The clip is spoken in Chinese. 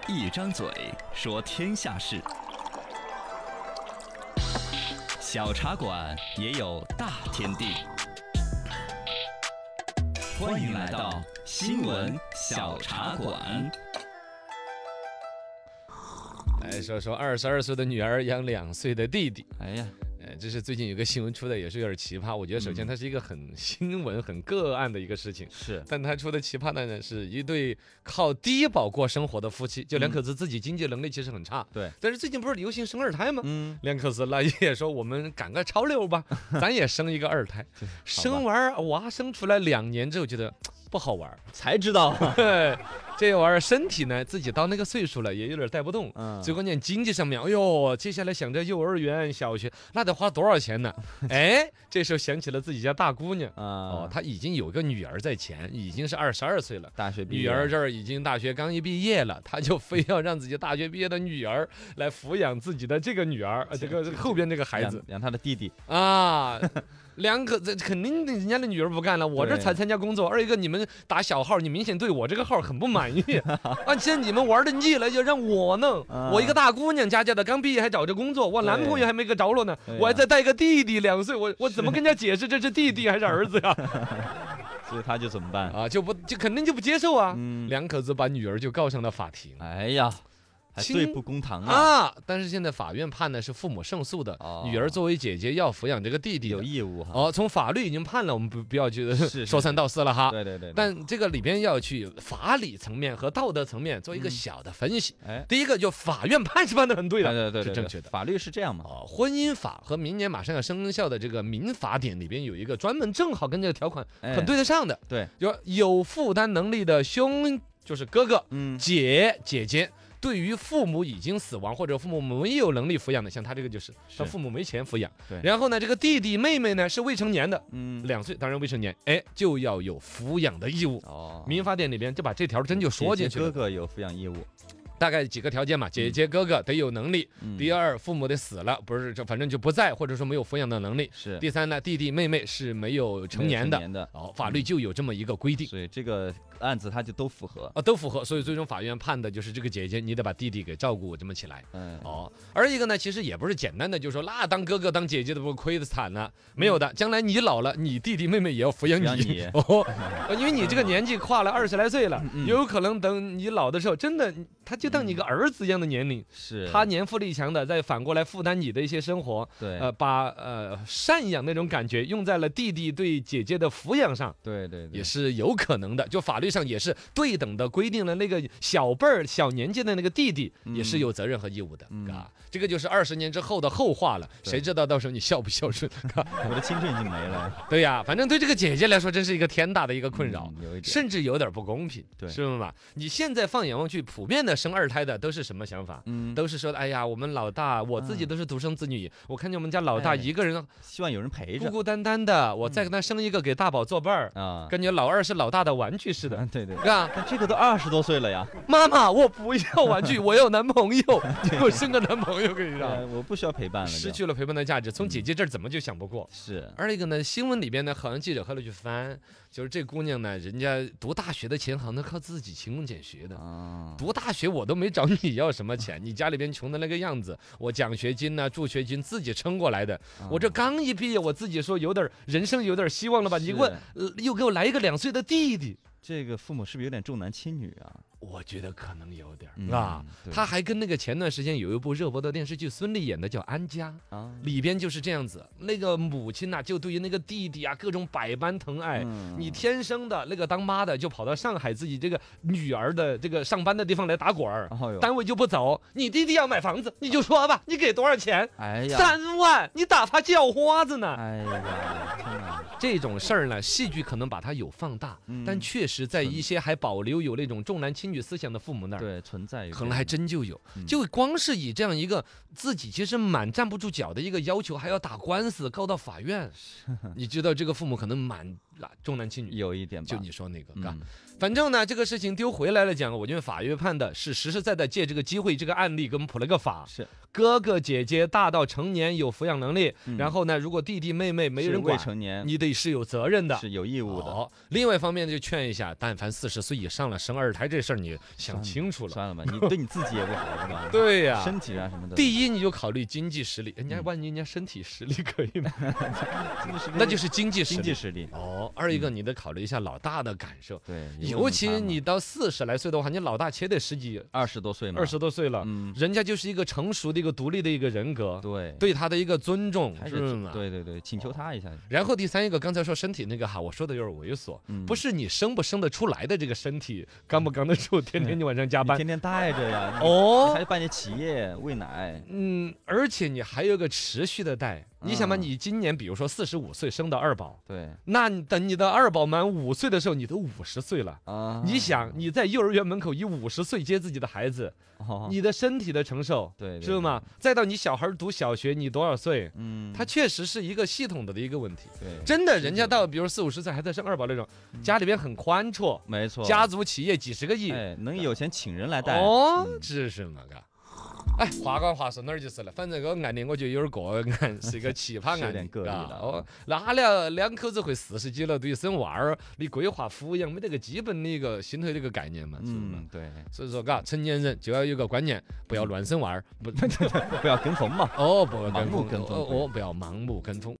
一张嘴说天下事，小茶馆也有大天地。欢迎来到新闻小茶馆。 来说说22岁的女儿养2岁的弟弟。 哎呀， 这是最近有个新闻出的，也是有点奇葩。我觉得首先它是一个很新闻、很个案的一个事情， 是， 但它出的奇葩的呢，是一对靠低保过生活的夫妻，就两口子自己经济能力其实很差， 对， 但是最近不是流行生二胎吗？两口子那也说我们赶个潮流吧，咱也生一个二胎，生完娃生出来2年之后觉得不好玩， 才知道， 这玩意儿身体呢自己到那个岁数了也有点带不动，最关键经济上面，哎呦，接下来想着幼儿园、小学那得花多少钱呢？哎，这时候想起了自己家大姑娘，她已经有个女儿在前，已经是22岁了， 大学毕业， 女儿这儿已经大学刚一毕业了，她就非要让自己大学毕业的女儿来抚养自己的这个女儿，这个后边这个孩子， 养他的弟弟啊。两个这肯定人家的女儿不干了，我这才参加工作。二一个你们打小号，你明显对我这个号很不满意啊！现在你们玩的腻了，就让我弄。我一个大姑娘家的，刚毕业还找着工作，我男朋友还没个着落呢，我还再带个弟弟2岁，我怎么跟人家解释这是弟弟还是儿子呀？ 所以他就怎么办啊？就肯定就不接受啊！两口子把女儿就告上了法庭。 哎呀。还对簿公堂啊！ 但是现在法院判的是父母胜诉的，女儿作为姐姐要抚养这个弟弟有义务哈。 从法律已经判了，我们不要去说三道四了哈。 对。 但这个里边要去法理层面和道德层面做一个小的分析。第一个就法院判是判的很对的， 对， 是正确的。 法律是这样嘛？ 婚姻法和明年马上要生效的这个民法典里边有一个专门正好跟这个条款很对得上的。 对， 就有负担能力的兄就是哥哥，姐姐。对于父母已经死亡或者父母没有能力抚养的，像他这个就是他父母没钱抚养。 对。 然后呢，这个弟弟妹妹呢是未成年的，2岁当然未成年，就要有抚养的义务。民法典里边就把这条真就说进去了。 哥哥有抚养义务。 大概几个条件嘛，姐姐哥哥得有能力。第二，父母得死了，不是反正就不在，或者说没有抚养的能力。 是。 第三呢，弟弟妹妹是没有成年的。法律就有这么一个规定。 所以这个案子他就都符合都符合。所以最终法院判的就是这个姐姐，你得把弟弟给照顾这么起来。而一个呢，其实也不是简单的，就是说那当哥哥当姐姐的不亏的惨了，没有的。将来你老了，你弟弟妹妹也要抚养你因为你这个年纪跨了20来岁了，有可能等你老的时候，真的他就当你个儿子一样的年龄， 是他年富力强的，再反过来负担你的一些生活， 对， 把赡养那种感觉用在了弟弟对姐姐的抚养上， 对， 也是有可能的。就法律上也是对等的规定了，那个小辈儿小年纪的那个弟弟也是有责任和义务的，这个就是20年之后的后话了，谁知道到时候你孝不孝顺？ 我的青春已经没了。 对呀，反正对这个姐姐来说，真是一个天大的一个困扰，甚至有点不公平，是吗？你现在放眼望去，普遍的生2胎的都是什么想法？都是说，哎呀，我们老大，我自己都是独生子女，我看见我们家老大一个人， 希望有人陪着， 孤孤单单的，我再跟他生一个给大宝作伴儿啊，感觉老二是老大的玩具似的。 对， 啊， 这个都20多岁了呀， 妈妈，我不要玩具，我要男朋友，你给我生个男朋友可以让我不需要陪伴了， 失去了陪伴的价值。从姐姐这儿怎么就想不过？ 是。 而一个呢，新闻里边呢，好像记者后来去翻，就是这姑娘呢，人家读大学的钱好像都靠自己勤工俭学的读大学我都没找你要什么钱，你家里边穷的那个样子，我奖学金呢、助学金自己撑过来的。我这刚一毕业，我自己说有点人生有点希望了吧？你又给我来一个2岁的弟弟， 这个父母是不是有点重男轻女啊？ 我觉得可能有点他还跟那个前段时间有一部热播的电视剧，孙俪演的叫《安家》里边就是这样子，那个母亲就对于那个弟弟各种百般疼爱。你天生的那个当妈的就跑到上海自己这个女儿的这个上班的地方来打滚儿，单位就不走。你弟弟要买房子，你就说吧，你给多少钱？3万，你打发叫花子呢？ 哎呀， 这种事儿呢，戏剧可能把它有放大，但确实在一些还保留有那种重男轻女思想的父母那儿， 存在， 可能还真就有。就光是以这样一个自己其实蛮站不住脚的一个要求，还要打官司告到法院，你知道这个父母可能蛮重男轻女， 有一点吧， 就你说那个，嘎。 嗯反正呢，这个事情丢回来了讲，我觉得法院判的是实实在在借这个机会，这个案例给我们普了个法。 是哥哥姐姐大到成年有抚养能力， 嗯然后呢，如果弟弟妹妹没是人管未，成年你得是有责任的。 是有义务的， 哦，另外一方面就劝一下，但凡40岁以上了，生二胎这事儿你想清楚了。 算了吧，你对你自己也不好是吧？ 对呀、 身体啊什么的， 第一，你就考虑经济实力，万一人家身体实力可以吗？那就是经济实力。 经济实力， 哦，二一个你得考虑一下老大的感受， 对， 尤其你到40来岁的话，你老大且得十几、 20多岁嘛， 20多岁了， 嗯， 人家就是一个成熟的一个独立的一个人格， 对， 对他的一个尊重， 还是吗？。 对对对，请求他一下， 然后第三一个，刚才说身体那个哈，我说的有点猥琐， 嗯不是你生不生得出来的这个身体，刚不刚得住，天天你晚上加班， 你天天带着呀，你哦还办点企业喂奶， 而且你还有个持续的带。你想嘛，你今年比如说45岁生的二宝， 对那你等你的二宝满5岁的时候，你都50岁了。 啊， 你想你在幼儿园门口以50岁接自己的孩子， 哦你的身体的承受， 对， 知道吗？再到你小孩读小学，你多少岁？ 嗯， 它确实是一个系统的一个问题。 对， 真的，人家到比如40、50岁还在生二宝那种，家里边很宽绰， 没错， 家族企业几十个亿， 哎，能有钱请人来带， 哦，这是嘛个？哎，话赶话说哪儿就是了，反正这个案例我觉得有点个案，是一个奇葩是有案例， 点个例了嘎哦，哪了两口子会40几了，对于生娃儿，你规划抚养没得个基本的一个心头的一个概念嘛，是不是嘛？ 对， 所以说，嘎，成年人就要有个观念，不要乱生娃儿，不， 不要跟风嘛， 哦，不要盲目跟风， 跟风哦，不要盲目跟风。